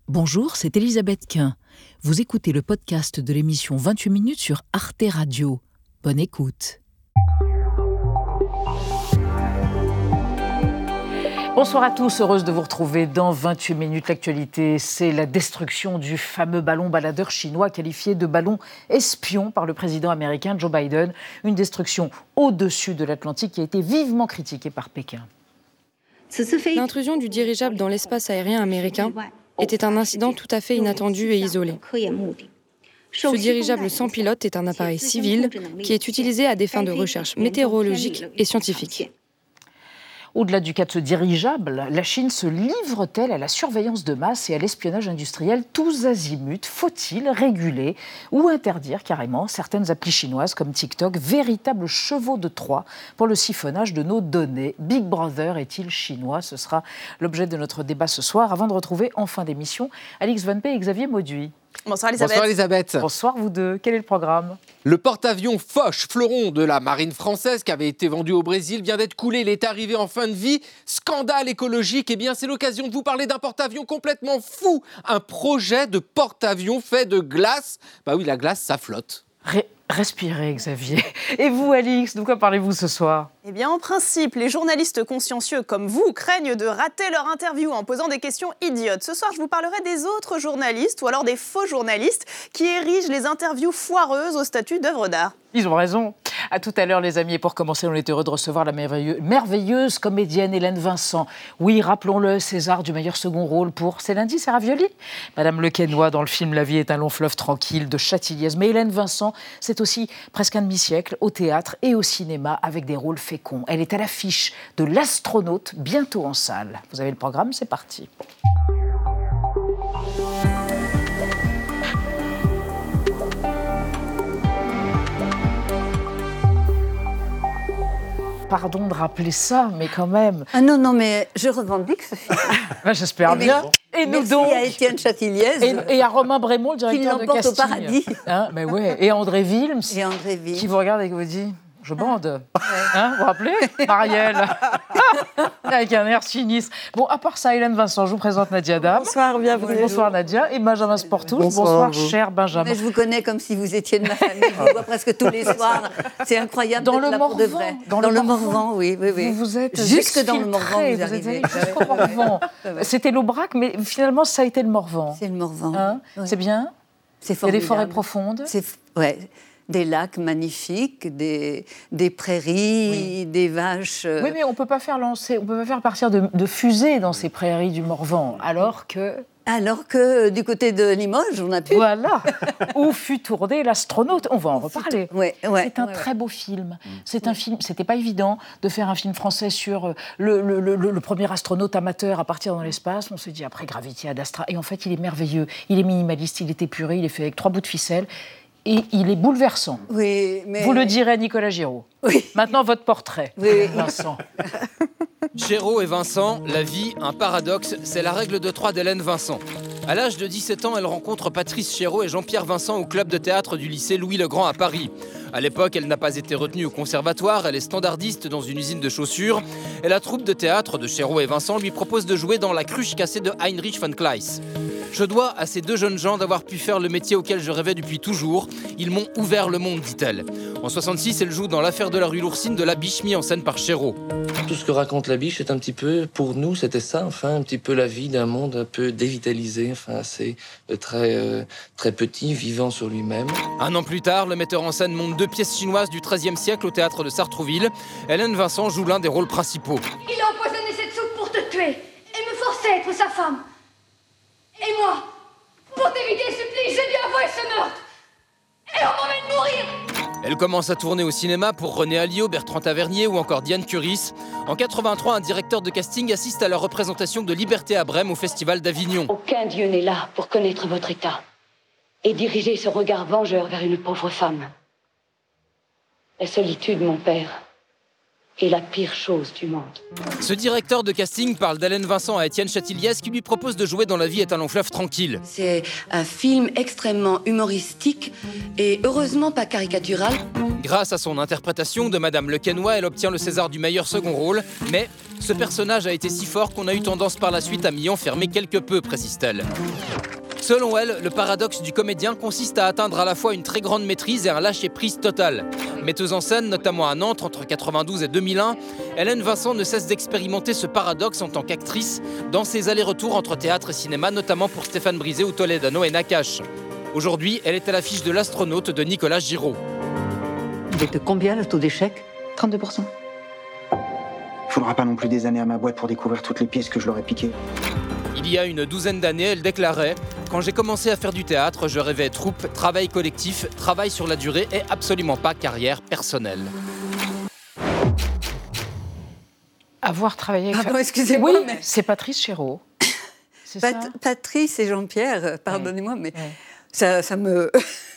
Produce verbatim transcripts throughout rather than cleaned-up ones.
Bonjour, c'est Elisabeth Quint. Vous écoutez le podcast de l'émission vingt-huit minutes sur Arte Radio. Bonne écoute. Bonsoir à tous, heureuse de vous retrouver dans vingt-huit minutes. L'actualité, c'est la destruction du fameux ballon baladeur chinois qualifié de ballon espion par le président américain Joe Biden. Une destruction au-dessus de l'Atlantique qui a été vivement critiquée par Pékin. L'intrusion du dirigeable dans l'espace aérien américain était un incident tout à fait inattendu et isolé. Ce dirigeable sans pilote est un appareil civil qui est utilisé à des fins de recherche météorologique et scientifique. Au-delà du cas de ce dirigeable, la Chine se livre-t-elle à la surveillance de masse et à l'espionnage industriel tous azimuts? Faut-il réguler ou interdire carrément certaines applis chinoises comme TikTok, véritables chevaux de Troie pour le siphonnage de nos données? Big Brother est-il chinois? Ce sera l'objet de notre débat ce soir, avant de retrouver en fin d'émission Alix Van Pé et Xavier Mauduit. Bonsoir Elisabeth. Bonsoir Elisabeth. Bonsoir vous deux. Quel est le programme? Le porte-avions Foch, fleuron de la marine française qui avait été vendu au Brésil, vient d'être coulé. Il est arrivé en fin de vie. Scandale écologique. Eh bien, c'est l'occasion de vous parler d'un porte-avions complètement fou. Un projet de porte-avions fait de glace. Bah oui, la glace, ça flotte. Ré- Respirez, Xavier. Et vous, Alix, de quoi parlez-vous ce soir? Eh bien, en principe, les journalistes consciencieux comme vous craignent de rater leur interview en posant des questions idiotes. Ce soir, je vous parlerai des autres journalistes ou alors des faux journalistes qui érigent les interviews foireuses au statut d'œuvre d'art. Ils ont raison. À tout à l'heure, les amis. Et pour commencer, on est heureux de recevoir la merveilleux, merveilleuse comédienne Hélène Vincent. Oui, rappelons-le, César du meilleur second rôle pour C'est lundi, c'est ravioli. Madame Lequesnoy dans le film La vie est un long fleuve tranquille de Châtilliez. Mais Hélène Vincent, c'est aussi presque un demi-siècle au théâtre et au cinéma avec des rôles féconds. Elle est à l'affiche de L'Astronaute, bientôt en salle. Vous avez le programme, c'est parti. Pardon de rappeler ça, mais quand même. Ah non, non, mais je revendique ce film. Ben, j'espère Et bien. Mais, et nous merci donc. à Étienne Châtilliez. Et, et à Romain Brémond, le directeur qui de casting. l'emporte au paradis. Hein, mais ouais. Et André Wilms. Et André Wilms. Qui vous regarde et qui vous dit... Je bande. Hein, vous vous rappelez Marielle. Avec un air sinistre. Bon, à part ça, Hélène Vincent, je vous présente Nadia Dame. Bonsoir, bienvenue. Bonsoir Nadia. Et Benjamin Sportouche. Bonsoir, Bonsoir cher Benjamin. Mais je vous connais comme si vous étiez de ma famille. Je vous vois presque tous les soirs. C'est incroyable dans d'être le là Morvan, pour de vrai. Dans, dans le, le Morvan, Morvan, oui, oui, oui. Vous, vous êtes jusque dans le Morvan, vous, vous arrivez. Êtes allé jusqu'au Morvan. C'était l'Aubrac, mais finalement, ça a été le Morvan. C'est le Morvan. Hein oui. C'est bien. C'est Il formidable. y a des forêts profondes. C'est ouais. Des lacs magnifiques, des, des prairies, oui. des vaches. Euh... Oui, mais on ne peut pas faire lancer, on peut pas faire partir de, de fusées dans ces prairies du Morvan, alors que. Alors que du côté de Limoges, on a pu. Voilà. Où fut tourné L'Astronaute. On va en reparler. Ouais, ouais, c'est un ouais, très ouais. beau film. C'est un film. C'était pas évident de faire un film français sur le, le, le, le premier astronaute amateur à partir dans l'espace. On s'est dit après Gravity, Ad Astra. Et en fait, il est merveilleux. Il est minimaliste, il est épuré, il est fait avec trois bouts de ficelle. Et il est bouleversant. Oui, mais... Vous le direz, Nicolas Giraud. Oui. Maintenant, votre portrait, oui. Vincent. Géraud et Vincent, la vie, un paradoxe, c'est la règle de trois d'Hélène Vincent. À l'âge de dix-sept ans, elle rencontre Patrice Chéreau et Jean-Pierre Vincent au club de théâtre du lycée Louis-le-Grand à Paris. À l'époque, elle n'a pas été retenue au conservatoire, elle est standardiste dans une usine de chaussures. Et la troupe de théâtre de Chéreau et Vincent lui propose de jouer dans La cruche cassée de Heinrich von Kleist. Je dois à ces deux jeunes gens d'avoir pu faire le métier auquel je rêvais depuis toujours. Ils m'ont ouvert le monde, dit-elle. En soixante-six, elle joue dans L'affaire de la rue Lourcine de La Biche, mis en scène par Chéreau. Tout ce que raconte La Biche est un petit peu, pour nous, c'était ça, enfin, un petit peu la vie d'un monde un peu dévitalisé, enfin, assez très, euh, très petit, vivant sur lui-même. Un an plus tard, le metteur en scène monte deux pièces chinoises du treizième siècle au théâtre de Sartrouville. Hélène Vincent joue l'un des rôles principaux. Il a empoisonné cette soupe pour te tuer et me forcer à être sa femme. Et moi, pour t'éviter ce supplice, j'ai dû avouer ce meurtre. Et on m'emmène mourir. Elle commence à tourner au cinéma pour René Alliot, Bertrand Tavernier ou encore Diane Curis. En quatre-vingt-trois, un directeur de casting assiste à la représentation de Liberté à Brême au Festival d'Avignon. Aucun dieu n'est là pour connaître votre état et diriger ce regard vengeur vers une pauvre femme. La solitude, mon père, est la pire chose du monde. Ce directeur de casting parle d'Hélène Vincent à Étienne Châtilliez qui lui propose de jouer dans La vie est un long fleuve tranquille. C'est un film extrêmement humoristique et heureusement pas caricatural. Grâce à son interprétation de Madame Lequesnoy, elle obtient le César du meilleur second rôle, mais Ce personnage a été si fort qu'on a eu tendance par la suite à m'y enfermer quelque peu, précise-t-elle. Selon elle, le paradoxe du comédien consiste à atteindre à la fois une très grande maîtrise et un lâcher-prise total. Metteuse en scène, notamment à Nantes entre quatre-vingt-douze et deux mille un, Hélène Vincent ne cesse d'expérimenter ce paradoxe en tant qu'actrice dans ses allers-retours entre théâtre et cinéma, notamment pour Stéphane Brisé ou Toledano et Nakache. Aujourd'hui, elle est à l'affiche de L'Astronaute de Nicolas Giraud. Il est de combien le taux d'échec ? trente-deux pour cent. Il faudra pas non plus des années à ma boîte pour découvrir toutes les pièces que je leur ai piquées. Il y a une douzaine d'années, elle déclarait « Quand j'ai commencé à faire du théâtre, je rêvais troupe, travail collectif, travail sur la durée et absolument pas carrière personnelle. » Avoir travaillé avec... Pardon, excusez-moi, oui, mais... c'est Patrice Chéreau. C'est Pat- ça Patrice et Jean-Pierre, pardonnez-moi, ouais. mais ouais. Ça, ça me...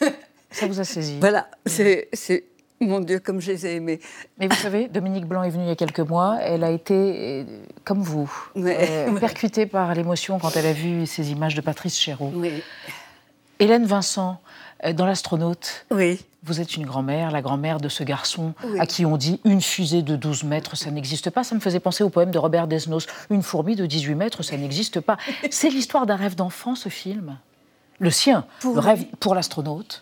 ça vous a saisi. Voilà, c'est... c'est... Mon Dieu, comme je les ai aimés. Mais vous savez, Dominique Blanc est venue il y a quelques mois. Elle a été, euh, comme vous, ouais, euh, ouais. percutée par l'émotion quand elle a vu ces images de Patrice Chéreau. Oui. Hélène Vincent, euh, dans L'Astronaute, oui. vous êtes une grand-mère, la grand-mère de ce garçon oui. à qui on dit « une fusée de douze mètres, ça n'existe pas ». Ça me faisait penser au poème de Robert Desnos. « Une fourmi de dix-huit mètres, ça n'existe pas ». C'est l'histoire d'un rêve d'enfant, ce film. Le sien, pour le rêve pour l'astronaute.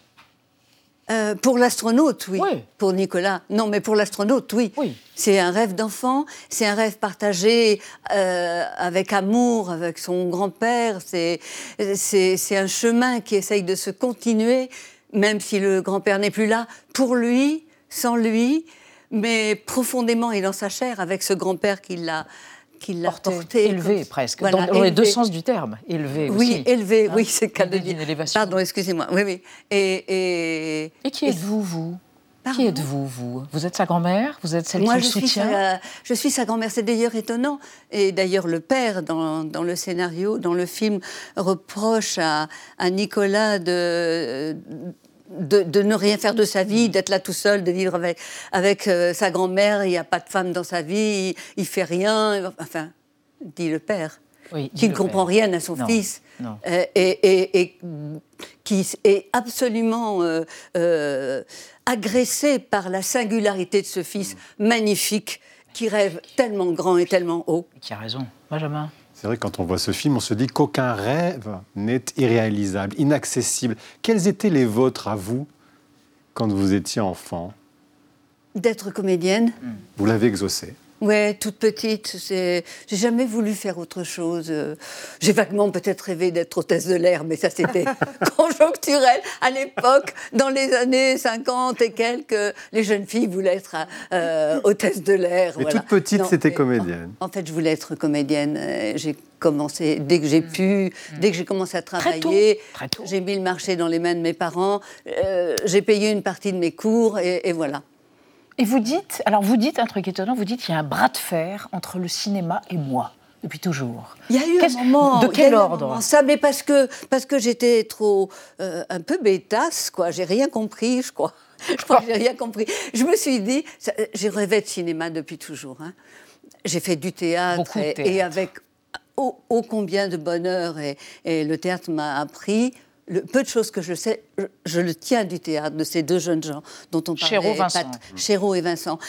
Euh, pour l'astronaute, oui. oui. Pour Nicolas. Non, mais pour l'astronaute, oui. oui. C'est un rêve d'enfant, c'est un rêve partagé euh, avec amour, avec son grand-père. C'est, c'est, c'est un chemin qui essaye de se continuer, même si le grand-père n'est plus là, pour lui, sans lui, mais profondément et dans sa chair, avec ce grand-père qui l'a... qui l'a porté, porté élevé comme... presque, voilà, dans, dans les deux sens du terme, élevé oui, aussi. Élevé, hein, oui, c'est le cas de dire. Pardon, excusez-moi. Oui, oui. Et, et... et qui êtes-vous, vous Pardon? Qui êtes-vous, vous Vous êtes sa grand-mère? Vous êtes celle Moi, qui le je soutient? Suis sa, je suis sa grand-mère. C'est d'ailleurs étonnant. Et d'ailleurs, le père, dans, dans le scénario, dans le film, reproche à, à Nicolas de... De, de ne rien faire de sa vie, d'être là tout seul, de vivre avec, avec euh, sa grand-mère. Il n'y a pas de femme dans sa vie, il ne fait rien. Enfin, dit le père, oui, qui ne le comprend père. rien à son non, fils. Non. Euh, et, et, et qui est absolument euh, euh, agressé par la singularité de ce fils magnifique, qui rêve tellement grand et tellement haut. Qui a raison. Benjamin? C'est vrai que quand on voit ce film, on se dit qu'aucun rêve n'est irréalisable, inaccessible. Quels étaient les vôtres à vous quand vous étiez enfant? D'être comédienne. Vous l'avez exaucé? Ouais, toute petite. C'est... J'ai jamais voulu faire autre chose. J'ai vaguement peut-être rêvé d'être hôtesse de l'air, mais ça c'était conjoncturel. À l'époque, dans les années cinquante et quelques, les jeunes filles voulaient être euh, hôtesse de l'air. Mais voilà. toute petite, non, c'était mais, comédienne. En, en fait, je voulais être comédienne. J'ai commencé dès que j'ai pu, mmh. dès que j'ai commencé à travailler. Très tôt. Très tôt. J'ai mis le marché dans les mains de mes parents. Euh, j'ai payé une partie de mes cours et, et voilà. Et vous dites, alors vous dites un truc étonnant, vous dites qu'il y a un bras de fer entre le cinéma et moi, depuis toujours. Il y a eu Qu'est-ce, un moment... De quel ordre? Ça, mais parce que, parce que j'étais trop... Euh, un peu bêtasse, quoi. J'ai rien compris, je crois. Je crois que j'ai rien compris. Je me suis dit... Ça, j'ai rêvé de cinéma depuis toujours. Hein. J'ai fait du théâtre, Beaucoup de et, théâtre. et avec ô, ô combien de bonheur. Et, et le théâtre m'a appris... Le peu de choses que je sais, je, je le tiens du théâtre, de ces deux jeunes gens dont on parlait. Chéreau, Vincent. Pat, Chéreau et Vincent.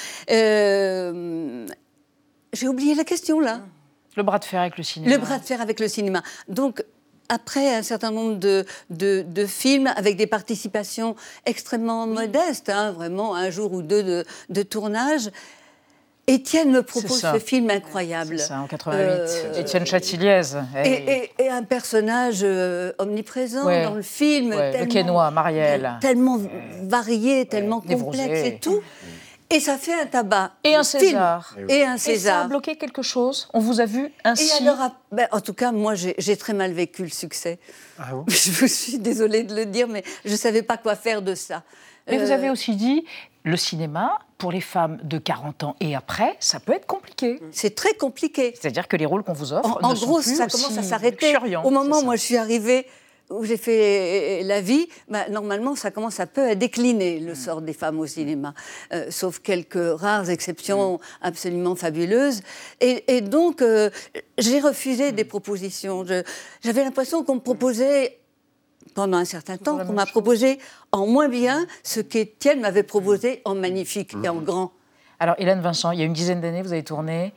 Euh, j'ai oublié la question, là. Le bras de fer avec le cinéma. Le bras de fer avec le cinéma. Donc, après un certain nombre de, de, de films avec des participations extrêmement oui. modestes, hein, vraiment un jour ou deux de, de tournage, Étienne me propose ce film incroyable. C'est ça, en quatre-vingt-huit. Euh, Étienne Chatiliez. Et, et, et un personnage euh, omniprésent ouais. dans le film. Ouais. Tellement, le Quénois, Marielle. Tellement varié, tellement ouais. complexe Névrosé. et tout. Et ça fait un tabac. Et un César. Film. Et un César. Et ça a bloqué quelque chose? On vous a vu ainsi? Et alors, ben, en tout cas, moi, j'ai, j'ai très mal vécu le succès. Ah bon? Je suis désolée de le dire, mais je ne savais pas quoi faire de ça. Mais euh... vous avez aussi dit, le cinéma, pour les femmes de quarante ans et après, ça peut être compliqué. C'est très compliqué. C'est-à-dire que les rôles qu'on vous offre En, ne en sont gros, plus ça aussi commence à s'arrêter. luxuriants, Au moment où moi, je suis arrivée, où j'ai fait la vie, bah, normalement, ça commence un peu à décliner, le mmh. sort des femmes au cinéma. Euh, sauf quelques rares exceptions mmh. absolument fabuleuses. Et, et donc, euh, j'ai refusé mmh. des propositions. Je, j'avais l'impression qu'on me proposait... pendant un certain temps, qu'on m'a chose. proposé en moins bien ce qu'Étienne m'avait proposé en magnifique mmh. et en grand. Alors, Hélène Vincent, il y a une dizaine d'années, vous avez tourné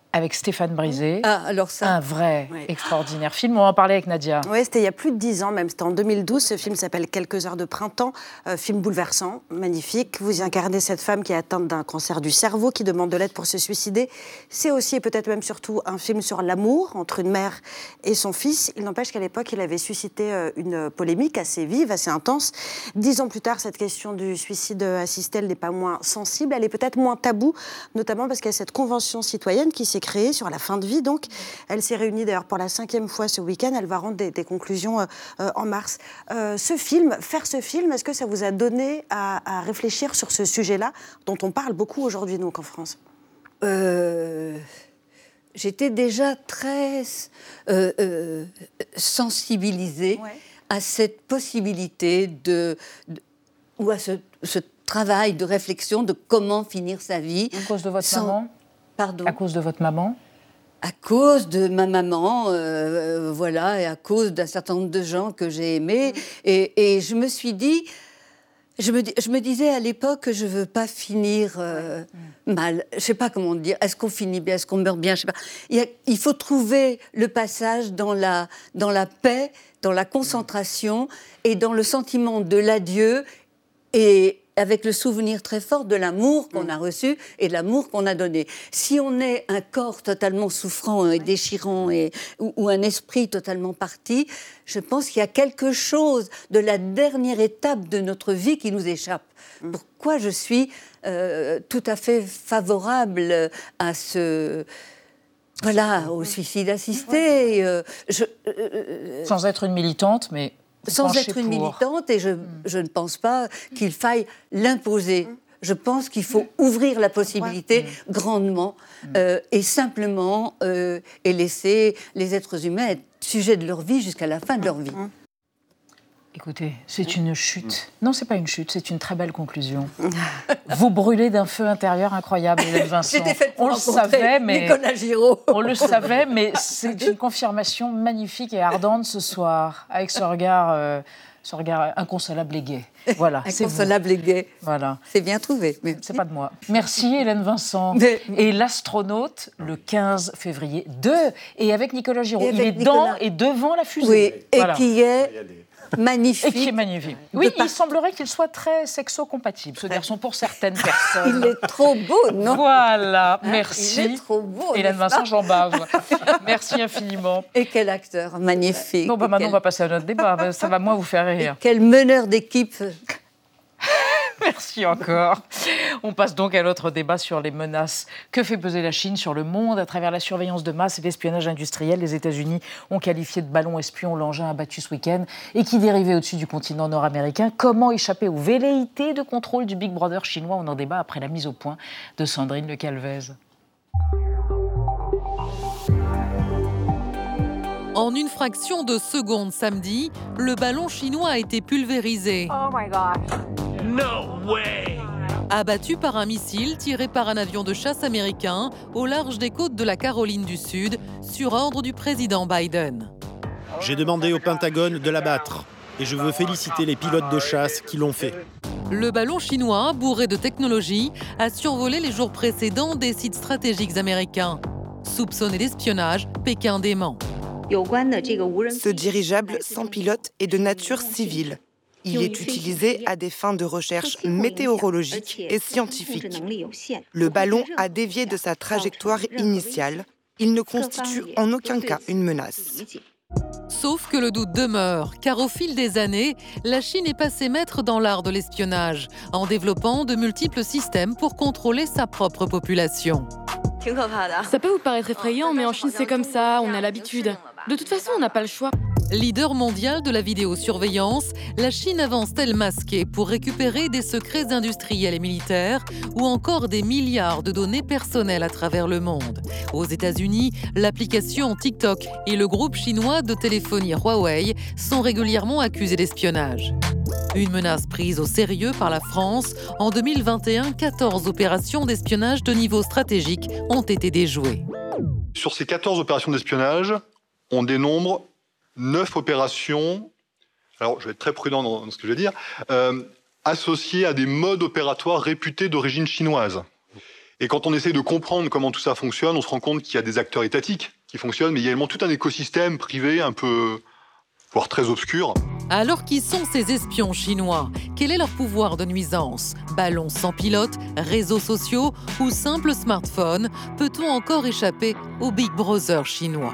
avec Stéphane Brisé. Ah, alors ça. Un vrai Oui. extraordinaire film. On va en parler avec Nadia. Oui, c'était il y a plus de dix ans même, c'était en deux mille douze. Ce film s'appelle Quelques heures de printemps, euh, film bouleversant, magnifique. Vous y incarnez cette femme qui est atteinte d'un cancer du cerveau, qui demande de l'aide pour se suicider. C'est aussi et peut-être même surtout un film sur l'amour entre une mère et son fils. Il n'empêche qu'à l'époque, il avait suscité euh, une polémique assez vive, assez intense. Dix ans plus tard, cette question du suicide assisté, elle n'est pas moins sensible, elle est peut-être moins taboue, notamment parce qu'il y a cette convention citoyenne qui s'est créée sur la fin de vie. Donc, elle s'est réunie d'ailleurs pour la cinquième fois ce week-end. Elle va rendre des, des conclusions euh, en mars. Euh, ce film, faire ce film, est-ce que ça vous a donné à, à réfléchir sur ce sujet-là, dont on parle beaucoup aujourd'hui, donc, en France ? euh, J'étais déjà très euh, euh, sensibilisée ouais. à cette possibilité de, de ou à ce, ce travail de réflexion de comment finir sa vie. À cause de votre sans... maman ? Pardon ? À cause de votre maman ? À cause de ma maman, euh, voilà, et à cause d'un certain nombre de gens que j'ai aimés. Mmh. Et, et je me suis dit, je me, je me disais à l'époque que je ne veux pas finir euh, mmh. mal. Je ne sais pas comment dire. Est-ce qu'on finit bien ? Est-ce qu'on meurt bien ? Je sais pas. Il, y a, il faut trouver le passage dans la, dans la paix, dans la concentration et dans le sentiment de l'adieu et avec le souvenir très fort de l'amour qu'on a reçu et de l'amour qu'on a donné. Si on est un corps totalement souffrant et déchirant et, ou, ou un esprit totalement parti, je pense qu'il y a quelque chose de la dernière étape de notre vie qui nous échappe. Mm. Pourquoi je suis euh, tout à fait favorable à ce... Voilà, au suicide assisté. Euh, je, euh, Sans être une militante, mais... Sans être une pour. militante, et je, je ne pense pas qu'il faille l'imposer. Je pense qu'il faut ouvrir la possibilité mmh. grandement euh, et simplement euh, et laisser les êtres humains être sujets de leur vie jusqu'à la fin de leur vie. Mmh. Écoutez, c'est une chute. Non, c'est pas une chute, c'est une très belle conclusion. Vous brûlez d'un feu intérieur incroyable, Hélène Vincent. J'étais faite pour on le savait, mais Nicolas Giraud. On le savait, mais c'est une confirmation magnifique et ardente ce soir, avec ce regard, euh, ce regard inconsolable et gai. Voilà, inconsolable et gai. Voilà, c'est bien trouvé. Mais c'est pas de moi. Merci Hélène Vincent. Mais... Et l'astronaute le quinze février deux, et avec Nicolas Giraud. Avec Il est Nicolas... dans et devant la fusée. Oui, et voilà. qui est magnifique. Et qui est magnifique. Oui, par... il semblerait qu'il soit très sexo-compatible, ce garçon, pour certaines personnes. Il est trop beau, non ? Voilà, merci. Il est trop beau. Hélène Vincent, j'en bave. Merci infiniment. Et quel acteur magnifique. Bon, bah, maintenant, quel... on va passer à notre débat. Ça va moins vous faire rire. Et quel meneur d'équipe. Merci encore. On passe donc à notre débat sur les menaces que fait peser la Chine sur le monde à travers la surveillance de masse et l'espionnage industriel. Les États-Unis ont qualifié de ballon espion l'engin abattu ce week-end et qui dérivait au-dessus du continent nord-américain. Comment échapper aux velléités de contrôle du Big Brother chinois ? On en débat après la mise au point de Sandrine Le Calvez. En une fraction de seconde samedi, le ballon chinois a été pulvérisé. Oh my gosh. No way! Abattu par un missile tiré par un avion de chasse américain au large des côtes de la Caroline du Sud, sur ordre du président Biden. J'ai demandé au Pentagone de l'abattre et je veux féliciter les pilotes de chasse qui l'ont fait. Le ballon chinois, bourré de technologie, a survolé les jours précédents des sites stratégiques américains. Soupçonné d'espionnage, Pékin dément. Ce dirigeable sans pilote est de nature civile. Il est utilisé à des fins de recherche météorologique et scientifique. Le ballon a dévié de sa trajectoire initiale. Il ne constitue en aucun cas une menace. Sauf que le doute demeure, car au fil des années, la Chine est passée maître dans l'art de l'espionnage, en développant de multiples systèmes pour contrôler sa propre population. Ça peut vous paraître effrayant, mais en Chine c'est comme ça, on a l'habitude. De toute façon, on n'a pas le choix. Leader mondial de la vidéosurveillance, la Chine avance-t-elle masquée pour récupérer des secrets industriels et militaires ou encore des milliards de données personnelles à travers le monde ? Aux États-Unis, l'application TikTok et le groupe chinois de téléphonie Huawei sont régulièrement accusés d'espionnage. Une menace prise au sérieux par la France. En deux mille vingt et un, quatorze opérations d'espionnage de niveau stratégique ont été déjouées. Sur ces quatorze opérations d'espionnage, on dénombre neuf opérations, alors je vais être très prudent dans, dans ce que je vais dire, euh, associées à des modes opératoires réputés d'origine chinoise. Et quand on essaie de comprendre comment tout ça fonctionne, on se rend compte qu'il y a des acteurs étatiques qui fonctionnent, mais il y a également tout un écosystème privé un peu, voire très obscur. Alors qui sont ces espions chinois? Quel est leur pouvoir de nuisance? Ballons sans pilote, réseaux sociaux ou simple smartphone? Peut-on encore échapper au Big Brother chinois?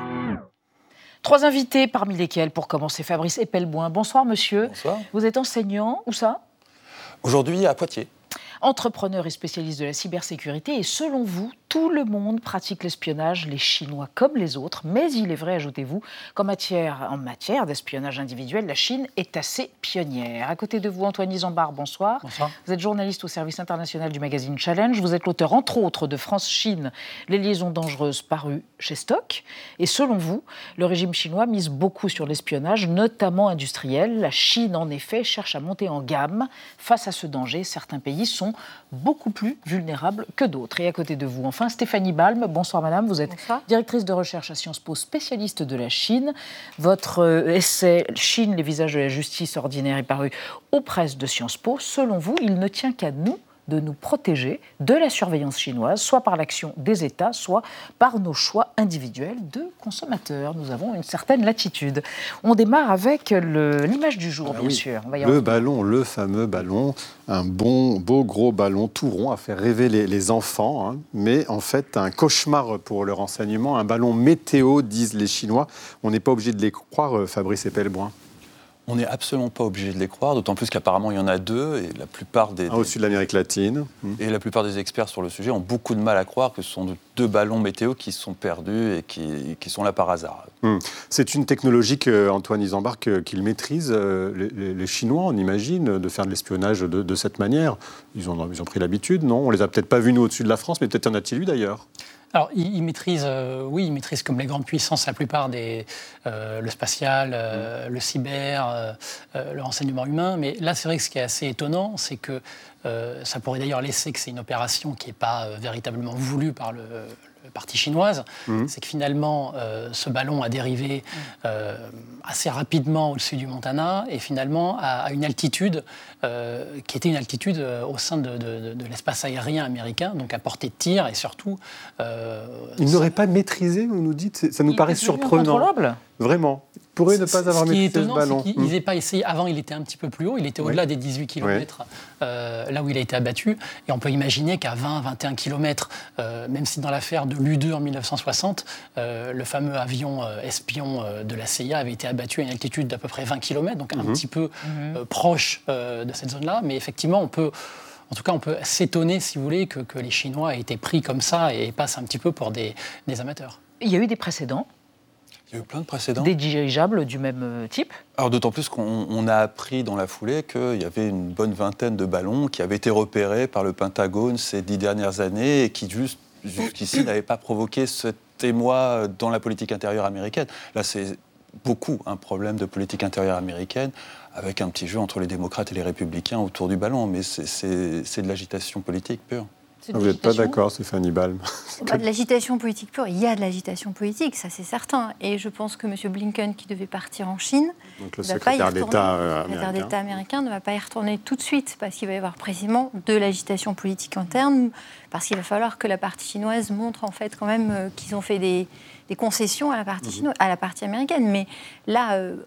Trois invités, parmi lesquels, pour commencer, Fabrice Epelboin. Bonsoir, monsieur. Bonsoir. Vous êtes enseignant, où ça? Aujourd'hui, à Poitiers. Entrepreneur et spécialiste de la cybersécurité. Et selon vous, tout le monde pratique l'espionnage, les Chinois comme les autres. Mais il est vrai, ajoutez-vous, qu'en matière, en matière d'espionnage individuel, la Chine est assez pionnière. À côté de vous, Antoine Isambard, bonsoir. Bonsoir. Vous êtes journaliste au service international du magazine Challenge. Vous êtes l'auteur, entre autres, de France-Chine, les liaisons dangereuses, paru chez Stock. Et selon vous, le régime chinois mise beaucoup sur l'espionnage, notamment industriel. La Chine, en effet, cherche à monter en gamme. Face à ce danger, certains pays sont beaucoup plus vulnérables que d'autres. Et à côté de vous, enfin, Stéphanie Balme. Bonsoir madame, vous êtes Bonsoir. Directrice de recherche à Sciences Po, spécialiste de la Chine. Votre euh, essai « Chine, les visages de la justice ordinaire » est paru aux presses de Sciences Po. Selon vous, il ne tient qu'à nous de nous protéger de la surveillance chinoise, soit par l'action des États, soit par nos choix individuels de consommateurs. Nous avons une certaine latitude. On démarre avec le, l'image du jour, ah bien oui. sûr. On va y le ballon, le fameux ballon, un bon, beau gros ballon tout rond à faire rêver les, les enfants, hein, mais en fait un cauchemar pour leur enseignement, un ballon météo, disent les Chinois. On n'est pas obligé de les croire, Fabrice Epelboin. On n'est absolument pas obligé de les croire, d'autant plus qu'apparemment il y en a deux, et la plupart des... Ah, au sud de l'Amérique latine. Et la plupart des experts sur le sujet ont beaucoup de mal à croire que ce sont deux ballons météo qui sont perdus et qui, qui sont là par hasard. Hum. C'est une technologie qu'Antoine Isambard qu'il maîtrise. Les, les, les Chinois, on imagine, de faire de l'espionnage de, de cette manière. Ils ont, ils ont pris l'habitude, non? On les a peut-être pas vus, nous, au-dessus de la France, mais peut-être y en a-t-il eu d'ailleurs? Alors, ils maîtrisent, euh, oui, ils maîtrisent comme les grandes puissances la plupart des, euh, le spatial, euh, le cyber, euh, euh, le renseignement humain. Mais là, c'est vrai que ce qui est assez étonnant, c'est que euh, ça pourrait d'ailleurs laisser que c'est une opération qui n'est pas euh, véritablement voulue par le, le parti chinoise. Mmh. C'est que finalement, euh, ce ballon a dérivé euh, assez rapidement au-dessus du Montana et finalement à, à une altitude euh, qui était une altitude euh, au sein de, de, de l'espace aérien américain, donc à portée de tir et surtout... Euh, Ils n'auraient pas maîtrisé, vous nous dites? Ça nous paraît surprenant. Vraiment. Ils pourraient ne pas avoir maîtrisé ce ballon. Ce qui est étonnant, c'est qu'ils n'avaient pas essayé. Avant, il était un petit peu plus haut. Il était au-delà oui. des dix-huit kilomètres, oui. euh, là où il a été abattu. Et on peut imaginer qu'à vingt à vingt et un kilomètres, euh, même si dans l'affaire de l'U deux en mille neuf cent soixante, euh, le fameux avion euh, espion euh, de la C I A avait été abattu à une altitude d'à peu près vingt kilomètres, donc mm-hmm. un petit peu euh, proche euh, de cette zone-là. Mais effectivement, on peut... En tout cas, on peut s'étonner, si vous voulez, que, que les Chinois aient été pris comme ça et passent un petit peu pour des, des amateurs. Il y a eu des précédents. Il y a eu plein de précédents. Des dirigeables du même type. Alors d'autant plus qu'on on a appris dans la foulée qu'il y avait une bonne vingtaine de ballons qui avaient été repérés par le Pentagone ces dix dernières années et qui juste, jusqu'ici n'avaient pas provoqué cet émoi dans la politique intérieure américaine. Là, c'est beaucoup un problème de politique intérieure américaine, avec un petit jeu entre les démocrates et les républicains autour du ballon, mais c'est, c'est, c'est de l'agitation politique pure. Vous n'êtes pas d'accord, Stéphanie Balme? Bah, de l'agitation politique pure, il y a de l'agitation politique, ça c'est certain. Et je pense que M. Blinken, qui devait partir en Chine, donc le secrétaire d'État, euh, le secrétaire d'État américain ne va pas y retourner tout de suite, parce qu'il va y avoir précisément de l'agitation politique interne, parce qu'il va falloir que la partie chinoise montre en fait quand même euh, qu'ils ont fait des, des concessions à la partie, chinoise, à la partie américaine. Mais là... Euh,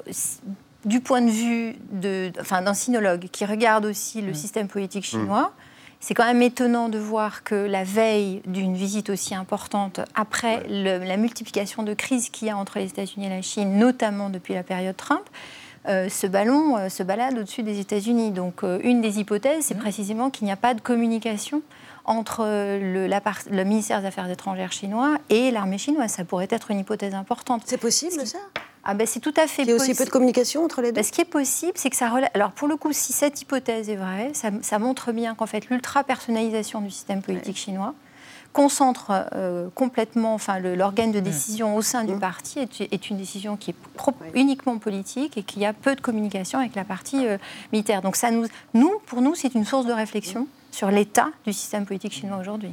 du point de vue de, enfin, d'un sinologue qui regarde aussi le mmh. système politique chinois, mmh. c'est quand même étonnant de voir que la veille d'une visite aussi importante, après ouais. le, la multiplication de crises qu'il y a entre les États-Unis et la Chine, notamment depuis la période Trump, euh, ce ballon euh, se balade au-dessus des États-Unis. Donc euh, une des hypothèses, c'est mmh. précisément qu'il n'y a pas de communication entre le, la part, le ministère des Affaires étrangères chinois et l'armée chinoise. Ça pourrait être une hypothèse importante. C'est possible, ça ? Ah ben c'est tout à fait possible. Il y a aussi peu de communication entre les deux. Ben, ce qui est possible, c'est que ça relève... Alors pour le coup, si cette hypothèse est vraie, ça, ça montre bien qu'en fait l'ultra-personnalisation du système politique ouais. chinois concentre euh, complètement, enfin le, l'organe de décision mmh. au sein mmh. du parti est, est une décision qui est pro- ouais. uniquement politique et qu'il y a peu de communication avec la partie euh, militaire. Donc ça nous, nous, pour nous, c'est une source de réflexion mmh. sur l'état du système politique chinois aujourd'hui.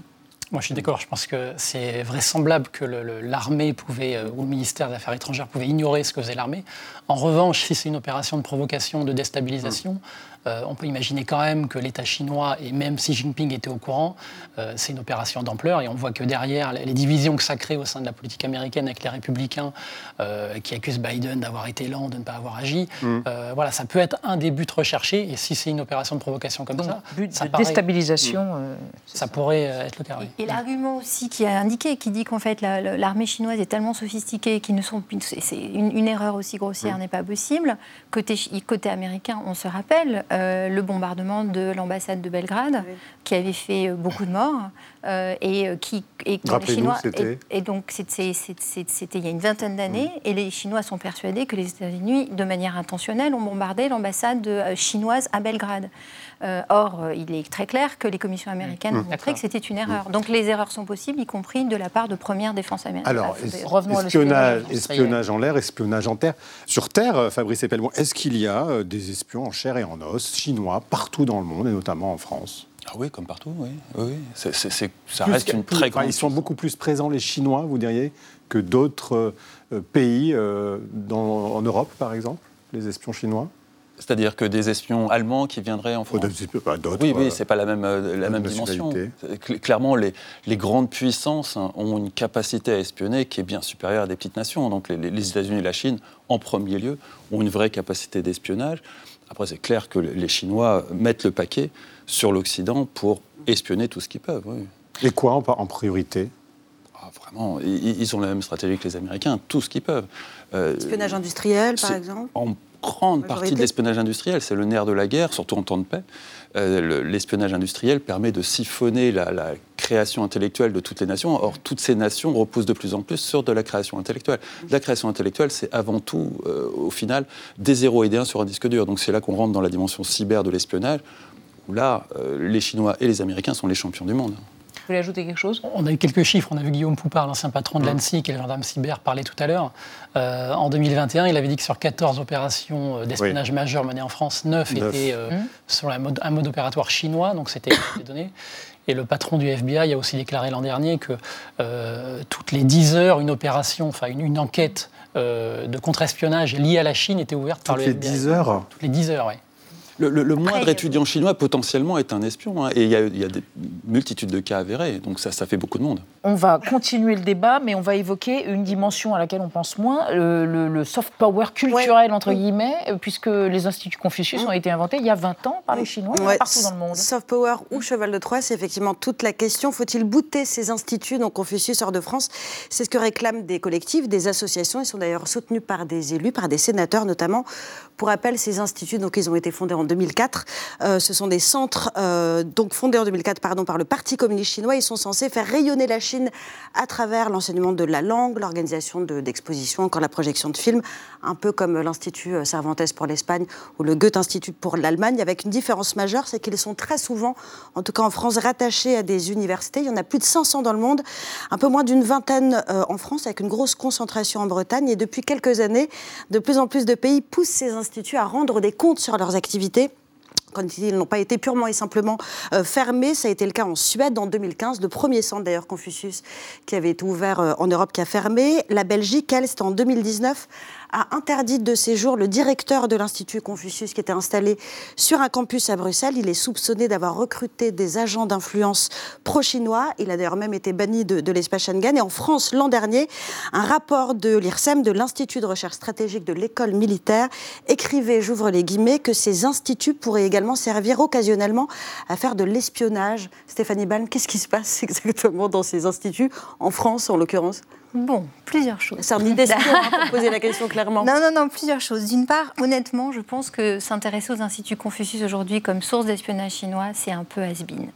Moi, je suis d'accord. Je pense que c'est vraisemblable que le, le, l'armée pouvait, euh, ou le ministère des Affaires étrangères pouvait ignorer ce que faisait l'armée. En revanche, si c'est une opération de provocation, de déstabilisation, mmh. euh, on peut imaginer quand même que l'État chinois, et même Xi Jinping était au courant, euh, c'est une opération d'ampleur. Et on voit que derrière, les divisions que ça crée au sein de la politique américaine avec les républicains euh, qui accusent Biden d'avoir été lent, de ne pas avoir agi, mmh. euh, voilà, ça peut être un des buts recherchés. Et si c'est une opération de provocation comme Donc, ça, but ça de paraît, déstabilisation, mmh. euh, ça, ça pourrait être le cas. Oui. Et l'argument aussi qui a indiqué, qui dit qu'en fait la, la, l'armée chinoise est tellement sophistiquée qu'ils ne sont, c'est une, une erreur aussi grossière mmh. n'est pas possible. Côté, côté américain, on se rappelle euh, le bombardement de l'ambassade de Belgrade, oui. qui avait fait beaucoup de morts euh, et qui et les Chinois et, et donc c'était, c'était, c'était il y a une vingtaine d'années mmh. et les Chinois sont persuadés que les États-Unis, de manière intentionnelle, ont bombardé l'ambassade chinoise à Belgrade. Euh, or, euh, il est très clair que les commissions américaines mmh. ont montré que c'était une erreur. Mmh. Donc les erreurs sont possibles, y compris de la part de première défense américaine. Alors, ah, revenons espionnage, à espionnage en l'air, espionnage en terre. Sur terre, Fabrice Epelmont, est-ce qu'il y a euh, des espions en chair et en os, chinois, partout dans le monde, et notamment en France ? Ah oui, comme partout, oui. oui. C'est, c'est, c'est, ça plus reste une plus, très grande... Enfin, ils sont beaucoup plus présents, les Chinois, vous diriez, que d'autres euh, pays euh, dans, en Europe, par exemple, les espions chinois ? C'est-à-dire que des espions allemands qui viendraient en France. Oh, pas d'autres. Oui, oui, c'est pas la même, la même dimension. Clairement, les, les grandes puissances hein, ont une capacité à espionner qui est bien supérieure à des petites nations. Donc les, les États-Unis et la Chine, en premier lieu, ont une vraie capacité d'espionnage. Après, c'est clair que les Chinois mettent le paquet sur l'Occident pour espionner tout ce qu'ils peuvent. Oui. Et quoi en, en priorité ? Ah, vraiment, ils, ils ont la même stratégie que les Américains, tout ce qu'ils peuvent. Euh, Espionnage industriel, par exemple ? En grande majorité. Partie de l'espionnage industriel, c'est le nerf de la guerre, surtout en temps de paix. Euh, le, l'espionnage industriel permet de siphonner la, la création intellectuelle de toutes les nations. Or, toutes ces nations reposent de plus en plus sur de la création intellectuelle. La création intellectuelle, c'est avant tout, euh, au final, des zéros et des uns sur un disque dur. Donc c'est là qu'on rentre dans la dimension cyber de l'espionnage, où là, euh, les Chinois et les Américains sont les champions du monde. Vous voulez ajouter quelque chose ? On a eu quelques chiffres. On a vu Guillaume Poupard, l'ancien patron de l'ANSSI, qui est le gendarme cyber, parler tout à l'heure. Euh, en deux mille vingt et un, il avait dit que sur quatorze opérations d'espionnage oui. majeures menées en France, neuf étaient euh, mmh. sur un mode, un mode opératoire chinois, donc c'était les données. Et le patron du F B I a aussi déclaré l'an dernier que euh, toutes les dix heures, une opération, enfin une, une enquête euh, de contre-espionnage liée à la Chine était ouverte toutes par le F B I. Toutes les dix heures Toutes les dix heures, oui. Le, le, le moindre Après, étudiant chinois, potentiellement, est un espion. Hein, et il y a, il y a des multitudes de cas avérés. Donc ça, ça fait beaucoup de monde. On va continuer le débat, mais on va évoquer une dimension à laquelle on pense moins, le, le, le soft power culturel, ouais. entre guillemets, puisque les instituts Confucius mmh. ont été inventés il y a vingt ans par les Chinois, ouais. partout dans le monde. Soft power ou cheval de Troie, c'est effectivement toute la question. Faut-il bouter ces instituts, donc Confucius hors de France ? C'est ce que réclament des collectifs, des associations. Ils sont d'ailleurs soutenus par des élus, par des sénateurs notamment. Pour rappel, ces instituts, donc, ils ont été fondés en deux mille quatre. Euh, ce sont des centres euh, donc fondés en deux mille quatre pardon, par le Parti communiste chinois. Ils sont censés faire rayonner la Chine à travers l'enseignement de la langue, l'organisation de, d'expositions, encore la projection de films, un peu comme l'Institut Cervantes pour l'Espagne ou le Goethe Institut pour l'Allemagne, avec une différence majeure, c'est qu'ils sont très souvent, en tout cas en France, rattachés à des universités. Il y en a plus de cinq cents dans le monde, un peu moins d'une vingtaine euh, en France, avec une grosse concentration en Bretagne. Et depuis quelques années, de plus en plus de pays poussent ces instituts à rendre des comptes sur leurs activités. Quand ils n'ont pas été purement et simplement euh, fermés. Ça a été le cas en Suède en deux mille quinze, le premier centre d'ailleurs Confucius qui avait été ouvert euh, en Europe qui a fermé. La Belgique, elle, c'était en deux mille dix-neuf, a interdit de séjour le directeur de l'Institut Confucius qui était installé sur un campus à Bruxelles. Il est soupçonné d'avoir recruté des agents d'influence pro-chinois. Il a d'ailleurs même été banni de, de l'espace Schengen. Et en France, l'an dernier, un rapport de l'I R S E M, de l'Institut de recherche stratégique de l'école militaire, écrivait, j'ouvre les guillemets, que ces instituts pourraient également servir occasionnellement à faire de l'espionnage. Stéphanie Balm, qu'est-ce qui se passe exactement dans ces instituts, en France en l'occurrence ? Bon, plusieurs choses. C'est un idée hein, pour poser la question clairement. Non, non, non, plusieurs choses. D'une part, honnêtement, je pense que s'intéresser aux instituts Confucius aujourd'hui comme source d'espionnage chinois, c'est un peu has-been.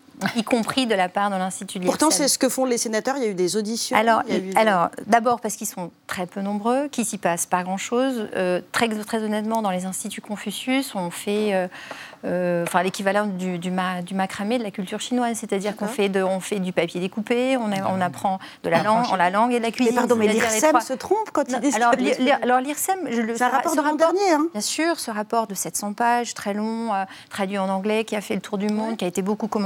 Y compris de la part de l'Institut de l'I R S E M. Pourtant, c'est ce que font les sénateurs. Il y a eu des auditions. Alors, il y a eu... alors d'abord parce qu'ils sont très peu nombreux, qu'il s'y passe pas grand-chose. Euh, très, très honnêtement, dans les instituts Confucius, on fait euh, euh, enfin, l'équivalent du, du, ma, du macramé de la culture chinoise. C'est-à-dire qu'on fait, de, on fait du papier découpé, on, a, on apprend de la langue, la langue et de la cuisine. Mais pardon, mais l'I R S E M se trompe quand il dit alors, li, li, alors, l'I R S E M... Je le, c'est un rapport de l'an dernier. Hein. Bien sûr, ce rapport de sept cents pages, très long, euh, traduit en anglais, qui a fait le tour du monde, ouais. qui a été beaucoup commenté chez,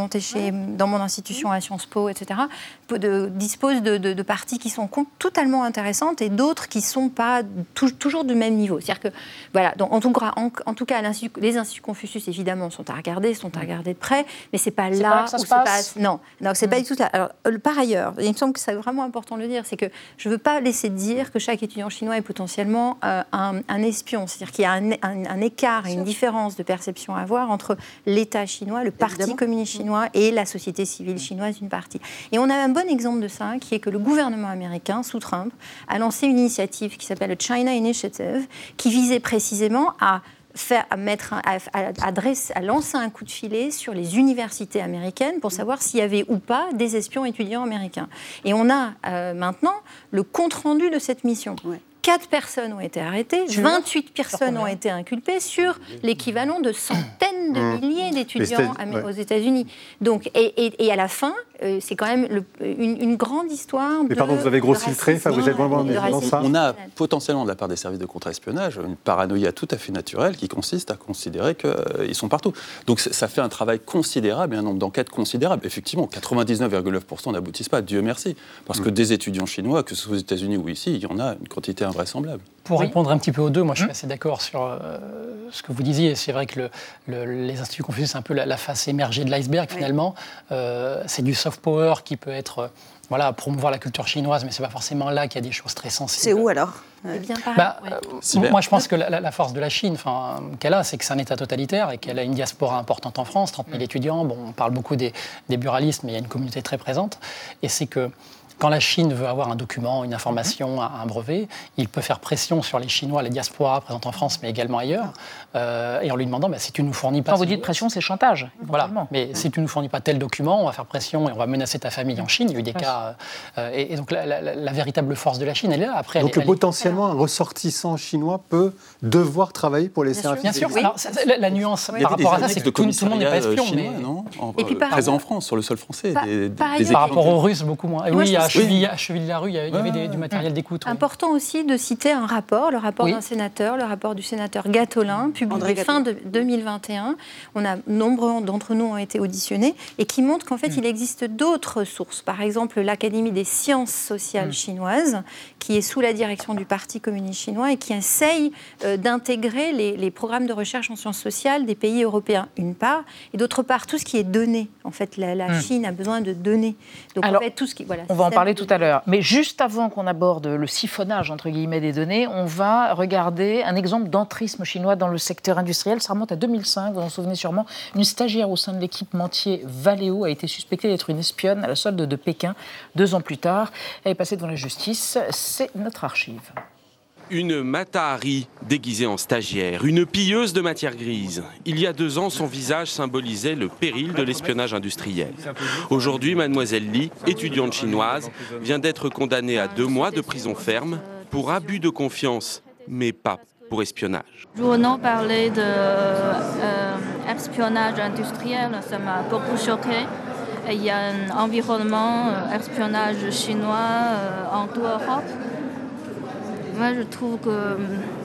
mes, dans mon institution à Sciences Po, et cetera, de, disposent de, de, de parties qui sont totalement intéressantes et d'autres qui ne sont pas tout, toujours du même niveau. C'est-à-dire que, voilà, donc, en, tout, en, en tout cas, les instituts Confucius, évidemment, sont à regarder, sont à regarder de près, mais ce n'est pas là où ça où se se passe. passe. Non, non ce n'est mmh. pas du tout ça. Alors, par ailleurs, il me semble que c'est vraiment important de le dire, c'est que je ne veux pas laisser dire que chaque étudiant chinois est potentiellement euh, un, un espion. C'est-à-dire qu'il y a un, un, un écart et une différence de perception à avoir entre l'État chinois, le Parti Évidemment. communiste chinois et la société civile chinoise d'une partie. Et on a un bon exemple de ça, qui est que le gouvernement américain, sous Trump, a lancé une initiative qui s'appelle le China Initiative, qui visait précisément à Faire, à, mettre un, à, à, adresse, à lancer un coup de filet sur les universités américaines pour savoir s'il y avait ou pas des espions étudiants américains. Et on a euh, maintenant le compte-rendu de cette mission. Ouais. Quatre personnes ont été arrêtées, vingt-huit personnes ont été inculpées sur l'équivalent de centaines de milliers d'étudiants ouais. aux États-Unis. Donc, et, et, et à la fin, euh, c'est quand même le, une, une grande histoire. Mais de, pardon, vous avez grossi le trait, ça vous êtes vraiment dans ça. On a potentiellement de la part des services de contre-espionnage une paranoïa tout à fait naturelle qui consiste à considérer qu'ils euh, sont partout. Donc ça fait un travail considérable et un nombre d'enquêtes considérable. Effectivement, quatre-vingt-dix-neuf virgule neuf pour cent n'aboutissent pas, Dieu merci. Parce que mmh. des étudiants chinois, que ce soit aux États-Unis ou ici, il y en a une quantité invraisemblable. Pour oui. répondre un petit peu aux deux, moi je suis mmh. assez d'accord sur euh, ce que vous disiez. C'est vrai que le, le, les instituts Confucius, c'est un peu la, la face émergée de l'iceberg oui. finalement. Euh, c'est du soft power qui peut être, euh, voilà, promouvoir la culture chinoise, mais c'est pas forcément là qu'il y a des choses très sensibles. C'est où alors ? C'est bien pareil. Bah, ouais. Moi je pense que la, la force de la Chine qu'elle a, c'est que c'est un État totalitaire et qu'elle a une diaspora importante en France, trente mille mmh. étudiants. Bon, on parle beaucoup des, des buralistes, mais il y a une communauté très présente. Et c'est que quand la Chine veut avoir un document, une information, un brevet, il peut faire pression sur les Chinois, les diasporas présentes en France, mais également ailleurs, euh, et en lui demandant bah, si tu ne nous fournis pas. Quand vous dites pression, c'est chantage. Voilà. Mais si tu ne nous fournis pas tel document, on va faire pression et on va menacer ta famille en Chine. Il y a eu des cas. Euh, et, et donc la, la, la véritable force de la Chine, elle est là. Après, donc elle, elle potentiellement, est... un ressortissant chinois peut devoir travailler pour les bien services. Bien sûr. Oui. Alors, la, la nuance oui. par rapport à ça, c'est que tout, tout le monde n'est pas espion. Chinois, mais... non en, et puis, par présent en France, sur le sol français. Par, des, par, des par rapport aux Russes, beaucoup moins. Et oui, à Cheville. La rue, il y avait ouais, des, du matériel d'écoute. Oui. Important aussi de citer un rapport, le rapport oui. d'un sénateur, le rapport du sénateur Gatolin, publié fin de deux mille vingt et un. On a nombreux d'entre nous ont été auditionnés et qui montre qu'en fait, mmh. il existe d'autres sources. Par exemple, l'Académie des sciences sociales mmh. chinoises, qui est sous la direction du Parti communiste chinois et qui essaye euh, d'intégrer les, les programmes de recherche en sciences sociales des pays européens, une part, et d'autre part, tout ce qui est donné. En fait, la, la mmh. Chine a besoin de données. Donc, Alors, en fait, tout ce qui, voilà, on va en parler tout à l'heure. Mais juste avant qu'on aborde le siphonnage, entre guillemets, des données, on va regarder un exemple d'entrisme chinois dans le secteur industriel. Ça remonte à deux mille cinq, vous en souvenez sûrement. Une stagiaire au sein de l'équipementier Valeo a été suspectée d'être une espionne à la solde de Pékin. Deux ans plus tard, elle est passée devant la justice. C'est notre archive. Une Mata-Hari déguisée en stagiaire, une pilleuse de matière grise. Il y a deux ans, son visage symbolisait le péril de l'espionnage industriel. Aujourd'hui, Mademoiselle Li, étudiante chinoise, vient d'être condamnée à deux mois de prison ferme pour abus de confiance, mais pas pour espionnage. Les journaux parlaient d'espionnage euh, industriel, ça m'a beaucoup choqué. Il y a un environnement euh, espionnage chinois euh, en toute Europe. Moi, je trouve qu'il euh,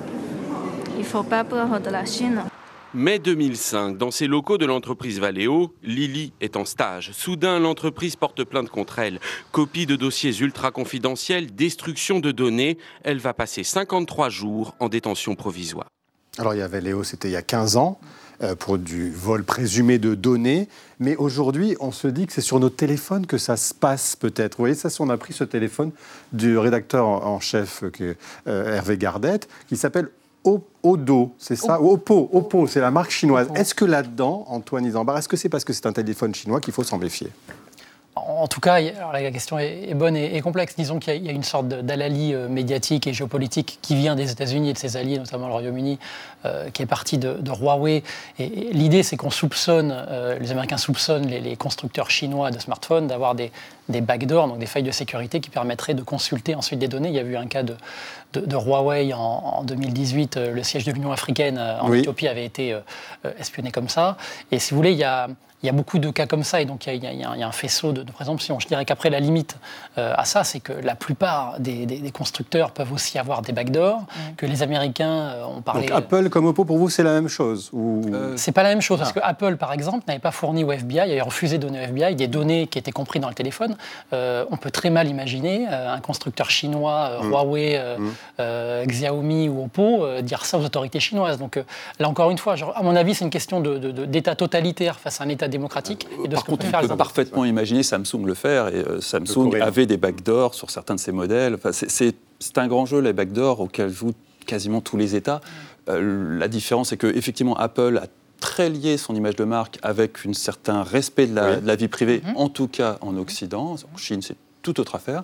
ne faut pas peur de la Chine. mai deux mille cinq, dans ses locaux de l'entreprise Valeo, Lily est en stage. Soudain, l'entreprise porte plainte contre elle. Copie de dossiers ultra confidentiels, destruction de données. Elle va passer cinquante-trois jours en détention provisoire. Alors, il y a Valeo, c'était il y a quinze ans. Pour du vol présumé de données. Mais aujourd'hui, on se dit que c'est sur nos téléphones que ça se passe peut-être. Vous voyez, ça, on a pris ce téléphone du rédacteur en chef, euh, Hervé Gardette, qui s'appelle Odo, c'est ça Oppo, Oppo, c'est la marque chinoise. Oppo. Est-ce que là-dedans, Antoine Isambard, est-ce que c'est parce que c'est un téléphone chinois qu'il faut s'en méfier ? En tout cas, alors la question est bonne et complexe. Disons qu'il y a une sorte d'hallali médiatique et géopolitique qui vient des États-Unis et de ses alliés, notamment le Royaume-Uni, euh, qui est parti de, de Huawei. Et, et l'idée, c'est qu'on soupçonne, euh, les Américains soupçonnent les, les constructeurs chinois de smartphones d'avoir des, des backdoors, donc des failles de sécurité qui permettraient de consulter ensuite des données. Il y a eu un cas de, de, de Huawei en, en deux mille dix-huit, euh, le siège de l'Union africaine euh, en oui. Éthiopie avait été euh, espionné comme ça. Et si vous voulez, il y a... Il y a beaucoup de cas comme ça, et donc il y a, il y a, il y a un faisceau de, de présomptions. Je dirais qu'après, la limite euh, à ça, c'est que la plupart des, des, des constructeurs peuvent aussi avoir des backdoors, mmh. que les Américains euh, ont parlé... Donc Apple comme Oppo, pour vous, c'est la même chose ou... euh, C'est pas la même chose, ah. parce que Apple, par exemple, n'avait pas fourni au F B I, avait refusé de donner au F B I des données qui étaient comprises dans le téléphone. Euh, on peut très mal imaginer euh, un constructeur chinois, euh, mmh. Huawei, euh, mmh. euh, Xiaomi ou Oppo, euh, dire ça aux autorités chinoises. Donc euh, là, encore une fois, genre, à mon avis, c'est une question de, de, de, d'état totalitaire face à un état démocratique. Et de Par contre, on peut parfaitement imaginer Samsung le faire, et euh, Samsung avait des backdoors sur certains de ses modèles. Enfin, c'est, c'est, c'est un grand jeu, les backdoors, auxquels jouent quasiment tous les États. Euh, la différence, c'est qu'effectivement, Apple a très lié son image de marque avec un certain respect de la, oui. de la vie privée, mmh. en tout cas en Occident. En Chine, c'est toute autre affaire.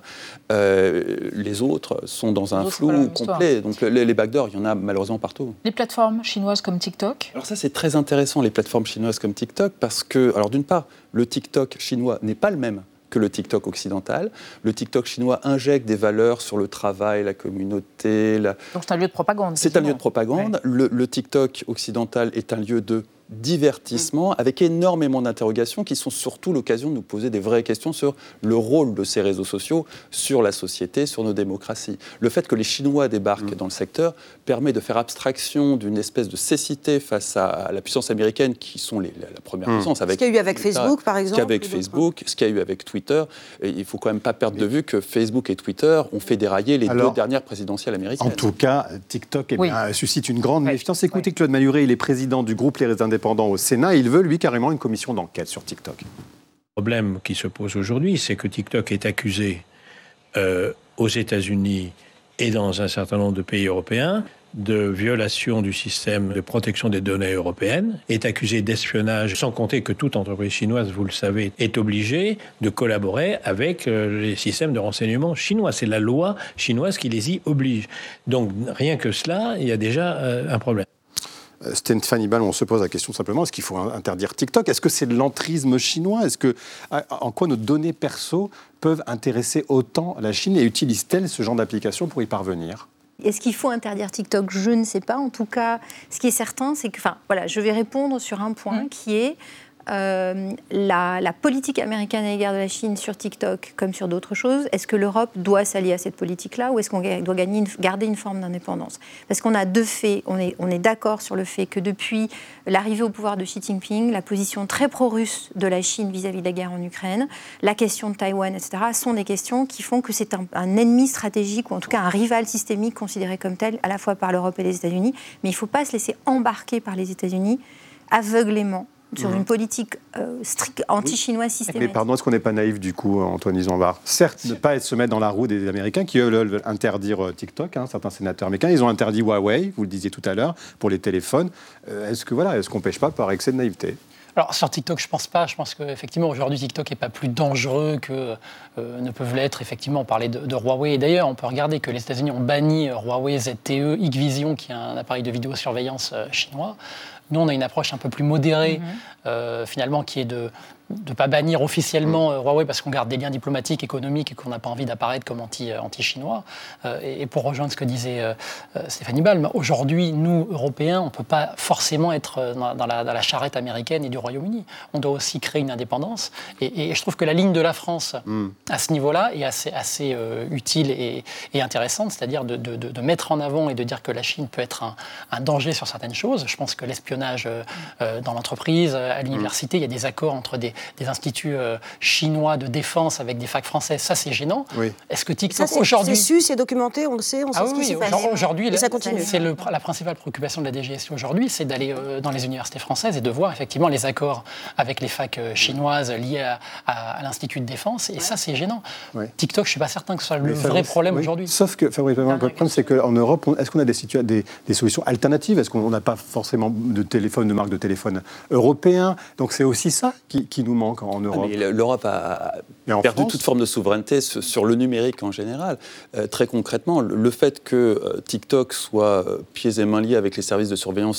Euh, les autres sont dans un flou complet. Donc les, les backdoors, il y en a malheureusement partout. Les plateformes chinoises comme TikTok ? Alors ça, c'est très intéressant, les plateformes chinoises comme TikTok, parce que, alors d'une part, le TikTok chinois n'est pas le même que le TikTok occidental. Le TikTok chinois injecte des valeurs sur le travail, la communauté. La... Donc c'est un lieu de propagande. C'est un lieu de propagande. Ouais. Le, le TikTok occidental est un lieu de divertissement, mmh. avec énormément d'interrogations qui sont surtout l'occasion de nous poser des vraies questions sur le rôle de ces réseaux sociaux, sur la société, sur nos démocraties. Le fait que les Chinois débarquent mmh. dans le secteur permet de faire abstraction d'une espèce de cécité face à la puissance américaine, qui sont les, la, la première mmh. puissance. Avec ce qu'il y a eu avec Twitter, Facebook, par exemple. Ce qu'il y a eu avec Facebook, ce qu'il y a eu avec Twitter. Et il ne faut quand même pas perdre de vue que Facebook et Twitter ont fait dérailler les Alors, deux dernières présidentielles américaines. En tout cas, TikTok eh oui. bien, suscite une grande oui. méfiance. Écoutez, oui. Claude Malhuret, il est président du groupe Les Indépendants au Sénat. Il veut, lui, carrément une commission d'enquête sur TikTok. Le problème qui se pose aujourd'hui, c'est que TikTok est accusé euh, aux États-Unis et dans un certain nombre de pays européens de violation du système de protection des données européennes, est accusé d'espionnage, sans compter que toute entreprise chinoise, vous le savez, est obligée de collaborer avec euh, les systèmes de renseignement chinois. C'est la loi chinoise qui les y oblige. Donc, rien que cela, il y a déjà euh, un problème. Stéphanie Ballon, on se pose la question simplement, est-ce qu'il faut interdire TikTok ? Est-ce que c'est de l'entrisme chinois ? Est-ce que, en quoi nos données perso peuvent intéresser autant la Chine et utilisent-elles ce genre d'application pour y parvenir ? Est-ce qu'il faut interdire TikTok ? Je ne sais pas. En tout cas, ce qui est certain, c'est que... Enfin, voilà, je vais répondre sur un point mmh. qui est... Euh, la, la politique américaine à l'égard de la Chine sur TikTok comme sur d'autres choses, est-ce que l'Europe doit s'allier à cette politique-là ou est-ce qu'on doit gagner une, garder une forme d'indépendance ? Parce qu'on a deux faits, on est, on est d'accord sur le fait que depuis l'arrivée au pouvoir de Xi Jinping, la position très pro-russe de la Chine vis-à-vis de la guerre en Ukraine, la question de Taïwan, et cetera, sont des questions qui font que c'est un, un ennemi stratégique ou en tout cas un rival systémique considéré comme tel à la fois par l'Europe et les États-Unis, mais il ne faut pas se laisser embarquer par les États-Unis aveuglément sur mmh. une politique euh, stricte anti-chinoise systématique. Mais pardon, est-ce qu'on n'est pas naïf du coup, Antoine Isambard ? Certes, ne pas être, se mettre dans la roue des Américains qui, eux, veulent interdire TikTok, hein, certains sénateurs américains, ils ont interdit Huawei, vous le disiez tout à l'heure, pour les téléphones. Euh, est-ce que voilà, est-ce qu'on ne pêche pas par excès de naïveté ? Alors sur TikTok, je pense pas. Je pense qu'effectivement aujourd'hui TikTok n'est pas plus dangereux que euh, ne peuvent l'être. Effectivement, on parlait de, de Huawei. Et d'ailleurs, on peut regarder que les États-Unis ont banni Huawei Z T E, Hikvision, qui est un appareil de vidéosurveillance euh, chinois. Nous, on a une approche un peu plus modérée, mmh. euh, finalement, qui est de ne pas bannir officiellement euh, Huawei parce qu'on garde des liens diplomatiques, économiques et qu'on n'a pas envie d'apparaître comme anti, euh, anti-chinois. Euh, et, et pour rejoindre ce que disait euh, euh, Stéphanie Ball, aujourd'hui, nous, Européens, on ne peut pas forcément être dans, dans, la, dans la charrette américaine et du Royaume-Uni. On doit aussi créer une indépendance. Et, et je trouve que la ligne de la France, mmh. à ce niveau-là, est assez, assez euh, utile et, et intéressante, c'est-à-dire de, de, de, de mettre en avant et de dire que la Chine peut être un, un danger sur certaines choses. Je pense que l'espionnage euh, euh, dans l'entreprise, à l'université, mmh. il y a des accords entre des des instituts euh, chinois de défense avec des facs françaises, ça c'est gênant. Oui. Est-ce que TikTok ça, aujourd'hui... C'est su, c'est documenté, on le sait, on sait ah ce oui, qui oui, se passe. Aujourd'hui, et ça continue. C'est le, la principale préoccupation de la D G S I aujourd'hui, c'est d'aller euh, dans les universités françaises et de voir effectivement les accords avec les facs euh, chinoises liés à, à, à l'Institut de défense, et ouais. ça c'est gênant. Ouais. TikTok, je ne suis pas certain que ce soit le vrai problème oui. aujourd'hui. Sauf que, enfin, oui, le problème c'est qu'en Europe, est-ce qu'on a des, situa- des, des solutions alternatives ? Est-ce qu'on n'a pas forcément de téléphone, de marque de téléphone européen ? Donc c'est aussi ça qui, qui nous manque en Europe. Ah, mais l'Europe a perdu France toute forme de souveraineté sur le numérique en général. Euh, très concrètement, le fait que euh, TikTok soit euh, pieds et mains liés avec les services de surveillance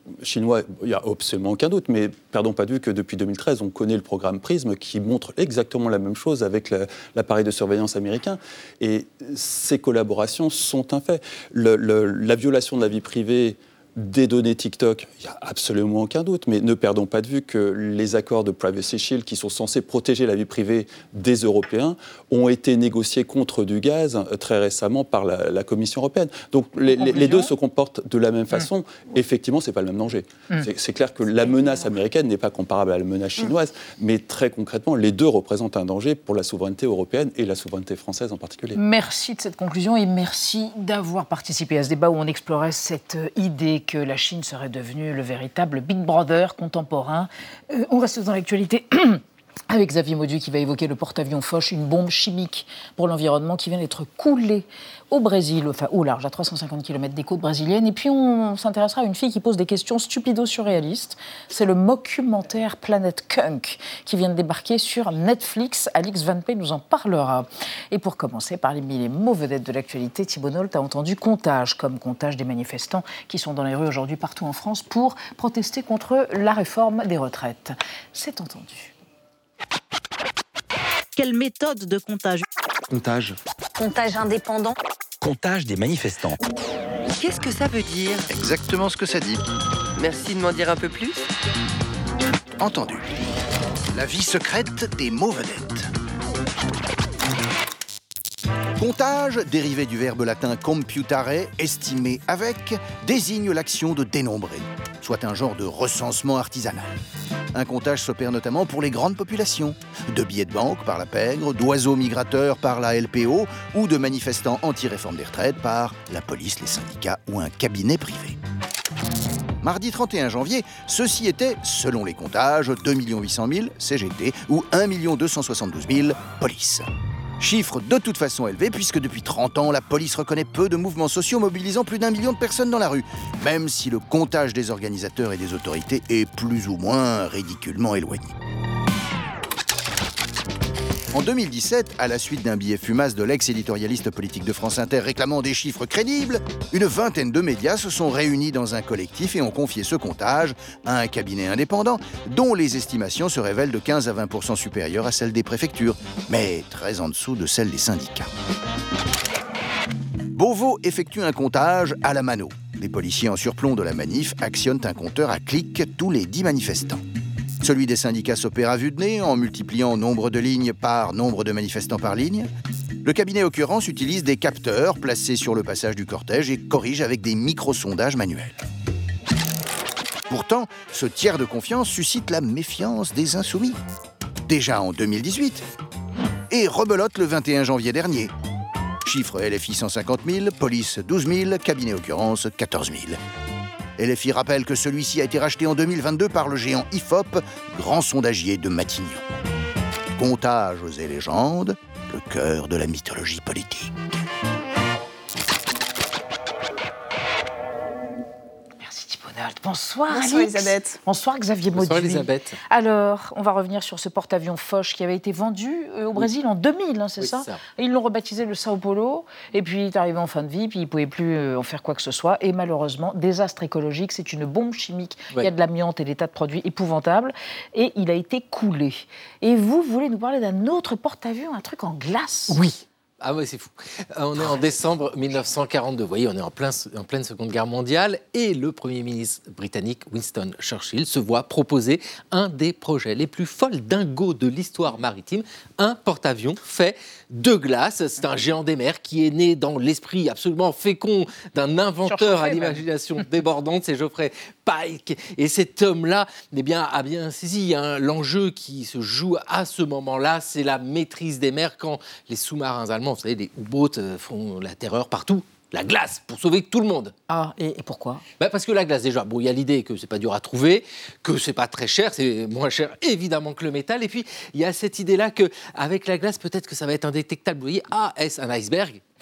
chinois, il n'y a absolument aucun doute, mais perdons pas de vue que depuis deux mille treize, on connaît le programme PRISM qui montre exactement la même chose avec la, l'appareil de surveillance américain. Et ces collaborations sont un fait. Le, le, la violation de la vie privée des données TikTok, il n'y a absolument aucun doute, mais ne perdons pas de vue que les accords de Privacy Shield, qui sont censés protéger la vie privée des Européens, ont été négociés contre du gaz très récemment par la, la Commission européenne. Donc les, les, les deux se comportent de la même façon. Mmh. Effectivement, ce n'est pas le même danger. Mmh. C'est, c'est clair que la menace américaine n'est pas comparable à la menace chinoise, mmh. mais très concrètement, les deux représentent un danger pour la souveraineté européenne et la souveraineté française en particulier. Merci de cette conclusion et merci d'avoir participé à ce débat où on explorait cette idée que la Chine serait devenue le véritable Big Brother contemporain. Euh, on reste dans l'actualité avec Xavier Mauduit qui va évoquer le porte-avions Foch, une bombe chimique pour l'environnement qui vient d'être coulée au Brésil, enfin au large, à trois cent cinquante kilomètres des côtes brésiliennes. Et puis on s'intéressera à une fille qui pose des questions stupido-surréalistes. C'est le documentaire Planet Kunk qui vient de débarquer sur Netflix. Alix Van Pay nous en parlera. Et pour commencer, parmi les mots vedettes de l'actualité, Thibault Nolte a entendu comptage, comme comptage des manifestants qui sont dans les rues aujourd'hui partout en France pour protester contre la réforme des retraites. C'est entendu. Quelle méthode de comptage ? Comptage. Comptage indépendant. Comptage des manifestants. Qu'est-ce que ça veut dire ? Exactement ce que ça dit. Merci de m'en dire un peu plus. Entendu. La vie secrète des mots vedettes. Comptage, dérivé du verbe latin computare, estimer avec, désigne l'action de dénombrer, soit un genre de recensement artisanal. Un comptage s'opère notamment pour les grandes populations, de billets de banque par la pègre, d'oiseaux migrateurs par la L P O ou de manifestants anti-réforme des retraites par la police, les syndicats ou un cabinet privé. Mardi trente et un janvier, ceci était, selon les comptages, deux millions huit cent mille C G T ou un million deux cent soixante-douze mille police. Chiffre de toute façon élevé puisque depuis trente ans, la police reconnaît peu de mouvements sociaux mobilisant plus d'un million de personnes dans la rue, même si le comptage des organisateurs et des autorités est plus ou moins ridiculement éloigné. En deux mille dix-sept, à la suite d'un billet fumasse de l'ex-éditorialiste politique de France Inter réclamant des chiffres crédibles, une vingtaine de médias se sont réunis dans un collectif et ont confié ce comptage à un cabinet indépendant dont les estimations se révèlent de quinze à vingt pour cent supérieures à celles des préfectures, mais très en dessous de celles des syndicats. Beauvau effectue un comptage à la mano. Les policiers en surplomb de la manif actionnent un compteur à clics tous les dix manifestants. Celui des syndicats s'opère à vue de nez en multipliant nombre de lignes par nombre de manifestants par ligne. Le cabinet Occurrence utilise des capteurs placés sur le passage du cortège et corrige avec des micro-sondages manuels. Pourtant, ce tiers de confiance suscite la méfiance des insoumis. Déjà en deux mille dix-huit et rebelote le vingt et un janvier dernier. Chiffre L F I cent cinquante mille, police douze mille, cabinet Occurrence quatorze mille. L F I rappelle que celui-ci a été racheté en deux mille vingt-deux par le géant I F O P, grand sondagier de Matignon. Comptages et légendes, le cœur de la mythologie politique. Merci Thibault Nolte. Bonsoir, Bonsoir Alix. Elisabeth. Bonsoir Xavier Mauduit. Bonsoir Elisabeth. Alors, on va revenir sur ce porte-avions Foch qui avait été vendu euh, au Brésil oui. en deux mille, hein, c'est oui, ça, ça Et ils l'ont rebaptisé le Sao Paulo, et puis il est arrivé en fin de vie, puis il ne pouvait plus euh, en faire quoi que ce soit, et malheureusement, désastre écologique, c'est une bombe chimique, oui. il y a de l'amiante et des tas de produits épouvantables, et il a été coulé. Et vous voulez nous parler d'un autre porte-avions, un truc en glace ? Oui. Ah ouais, c'est fou. On est en décembre mille neuf cent quarante-deux. Vous voyez, on est en, plein, en pleine Seconde Guerre mondiale et le Premier ministre britannique Winston Churchill se voit proposer un des projets les plus folles dingos de l'histoire maritime, un porte-avions fait de glace. C'est un géant des mers qui est né dans l'esprit absolument fécond d'un inventeur à l'imagination débordante, c'est Geoffrey Pike. Et cet homme-là eh bien, a bien saisi hein, l'enjeu qui se joue à ce moment-là, c'est la maîtrise des mers quand les sous-marins allemands, vous savez, les U-boats font la terreur partout. La glace, pour sauver tout le monde. Ah, et, et pourquoi ? bah Parce que la glace, déjà, bon, il y a l'idée que c'est pas dur à trouver, que c'est pas très cher, c'est moins cher évidemment que le métal, et puis il y a cette idée-là qu'avec la glace, peut-être que ça va être indétectable. Vous voyez, ah, est-ce un iceberg ?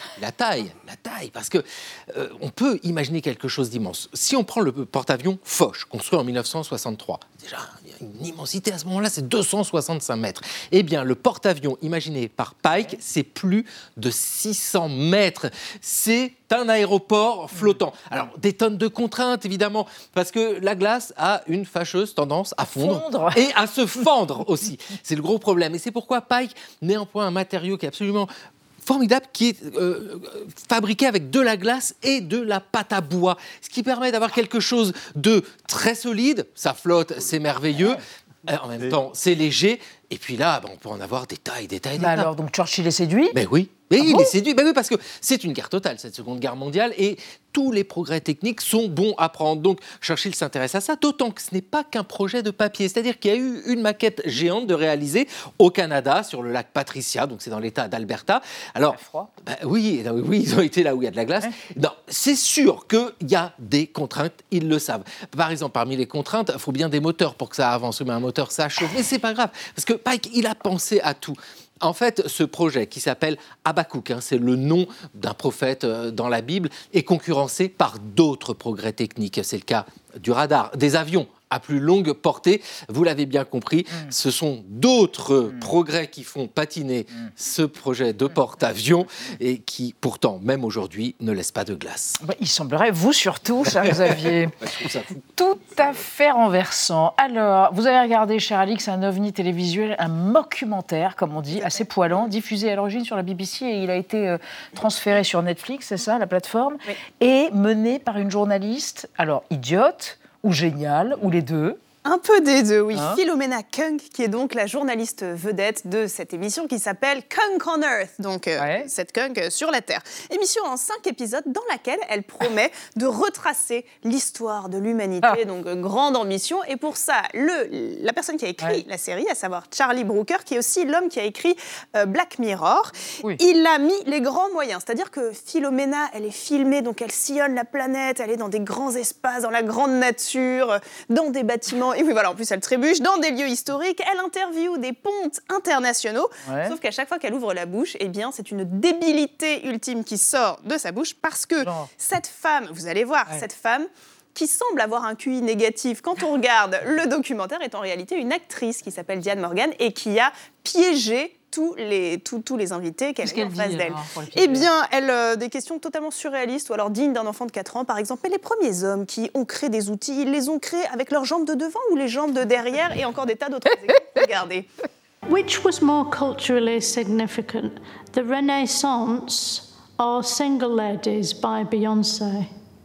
La taille, la taille, parce que euh, on peut imaginer quelque chose d'immense. Si on prend le porte-avions Foch, construit en mille neuf cent soixante-trois, déjà il y a une immensité à ce moment-là, c'est deux cent soixante-cinq mètres. Eh bien, le porte-avions imaginé par Pike, c'est plus de six cents mètres. C'est un aéroport flottant. Alors, des tonnes de contraintes, évidemment, parce que la glace a une fâcheuse tendance à fondre, fondre. et à se fendre aussi. C'est le gros problème. Et c'est pourquoi Pike met en point un matériau qui est absolument formidable, qui est euh, fabriqué avec de la glace et de la pâte à bois, ce qui permet d'avoir quelque chose de très solide. Ça flotte, c'est merveilleux. Euh, en même temps, c'est léger. Et puis là, ben, on peut en avoir des tailles, des tailles, des bah tailles. alors, donc Churchill est séduit ? Ben oui. Mais Ah il bon est séduit, ben oui, parce que c'est une guerre totale, cette Seconde Guerre mondiale, et tous les progrès techniques sont bons à prendre. Donc Churchill s'intéresse à ça, d'autant que ce n'est pas qu'un projet de papier. C'est-à-dire qu'il y a eu une maquette géante de réaliser au Canada, sur le lac Patricia, donc c'est dans l'État d'Alberta. Alors, ben oui, oui, ils ont été là où il y a de la glace. Ouais. Non, c'est sûr qu'il y a des contraintes, ils le savent. Par exemple, parmi les contraintes, il faut bien des moteurs pour que ça avance. Mais un moteur, ça chauffe. Mais c'est pas grave, parce que Pike, il a pensé à tout. En fait, ce projet qui s'appelle Habakkuk, hein, c'est le nom d'un prophète euh, dans la Bible, est concurrencé par d'autres progrès techniques. C'est le cas du radar, des avions à plus longue portée. Vous l'avez bien compris, mmh. ce sont d'autres mmh. progrès qui font patiner mmh. ce projet de porte-avions et qui, pourtant, même aujourd'hui, ne laissent pas de glace. Bah, il semblerait, vous surtout, cher Xavier, tout à fait renversant. Alors, vous avez regardé, cher Alix, un ovni télévisuel, un mockumentaire, comme on dit, assez poilant, diffusé à l'origine sur la B B C et il a été euh, transféré sur Netflix, c'est ça, la plateforme, oui. et mené par une journaliste, alors idiote, ou génial, ou les deux. Un peu des deux, oui. Hein Philomena Kunk, qui est donc la journaliste vedette de cette émission qui s'appelle Kunk on Earth, donc euh, ouais. cette Kunk sur la Terre. Émission en cinq épisodes dans laquelle elle promet de retracer l'histoire de l'humanité, ah. donc euh, grande ambition. Et pour ça, le, la personne qui a écrit ouais. la série, à savoir Charlie Brooker, qui est aussi l'homme qui a écrit euh, Black Mirror, oui. il a mis les grands moyens. C'est-à-dire que Philomena, elle est filmée, donc elle sillonne la planète, elle est dans des grands espaces, dans la grande nature, dans des bâtiments. Et oui, voilà, en plus, elle trébuche dans des lieux historiques. Elle interviewe des pontes internationaux. Ouais. Sauf qu'à chaque fois qu'elle ouvre la bouche, eh bien, c'est une débilité ultime qui sort de sa bouche parce que Genre. cette femme, vous allez voir, ouais. cette femme qui semble avoir un Q I négatif quand on regarde le documentaire est en réalité une actrice qui s'appelle Diane Morgan et qui a piégé tous les, tous, tous les invités qu'elle a en face d'elle. Eh bien, elle euh, des questions totalement surréalistes ou alors dignes d'un enfant de quatre ans, par exemple. Mais les premiers hommes qui ont créé des outils, ils les ont créés avec leurs jambes de devant ou les jambes de derrière et encore des tas d'autres exemples. Regardez. Which was more culturally significant, the Renaissance or Single Ladies by Beyoncé?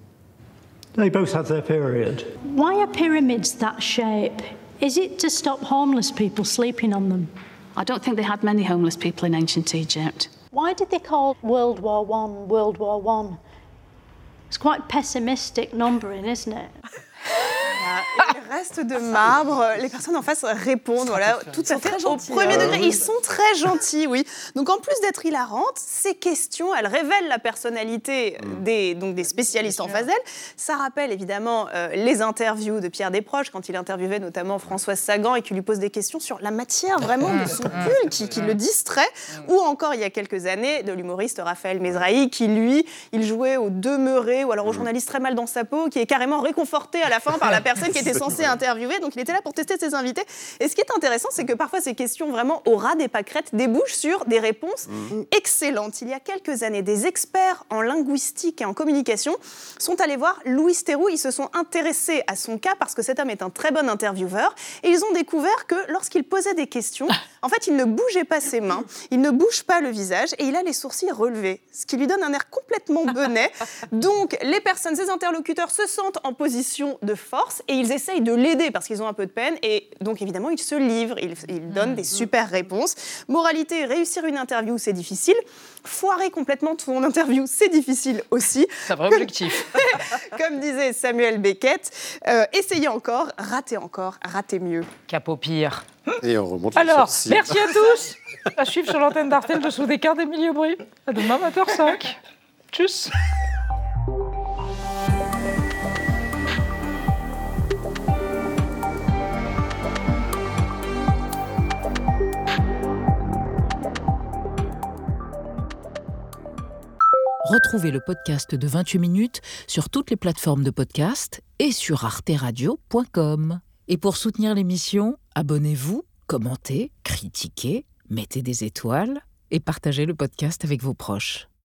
They both had their period. Why are pyramids that shape? Is it to stop homeless people sleeping on them? I don't think they had many homeless people in ancient Egypt. Why did they call World War One World War One? It's quite pessimistic numbering, isn't it? Il reste de marbre. Les personnes en face répondent, voilà, tout à fait au premier degré. Ils sont très gentils, oui. Donc en plus d'être hilarantes, ces questions, elles révèlent la personnalité des, donc des spécialistes en face d'elles. Ça rappelle évidemment euh, les interviews de Pierre Desproges quand il interviewait notamment Françoise Sagan et qui lui pose des questions sur la matière vraiment de son pull, qui, qui le distrait. Ou encore il y a quelques années de l'humoriste Raphaël Mesrahi qui lui, il jouait au demeuré ou alors au journaliste très mal dans sa peau, qui est carrément réconforté à la fin par la personne qui était censée interviewer, donc il était là pour tester ses invités. Et ce qui est intéressant, c'est que parfois ces questions vraiment au ras des pâquerettes débouchent sur des réponses mmh. excellentes. Il y a quelques années, des experts en linguistique et en communication sont allés voir Louis Theroux. Ils se sont intéressés à son cas parce que cet homme est un très bon intervieweur et ils ont découvert que lorsqu'il posait des questions, en fait, il ne bougeait pas ses mains, il ne bouge pas le visage et il a les sourcils relevés, ce qui lui donne un air complètement benêt. Donc, les personnes, ses interlocuteurs se sentent en position de force et ils essayent de l'aider parce qu'ils ont un peu de peine et donc évidemment ils se livrent, ils, ils donnent des super réponses. Moralité, réussir une interview c'est difficile, foirer complètement ton interview c'est difficile aussi. C'est un vrai objectif. Comme disait Samuel Beckett, euh, essayez encore, ratez encore, ratez mieux. Cap au pire. Et on remonte Alors, merci à tous. À suivre sur l'antenne d'Arte, le dessous des cartes d'Émilie Aubry. À demain vingt heures cinq. Tchuss. Retrouvez le podcast de vingt-huit minutes sur toutes les plateformes de podcast et sur arte radio point com. Et pour soutenir l'émission, abonnez-vous, commentez, critiquez, mettez des étoiles et partagez le podcast avec vos proches.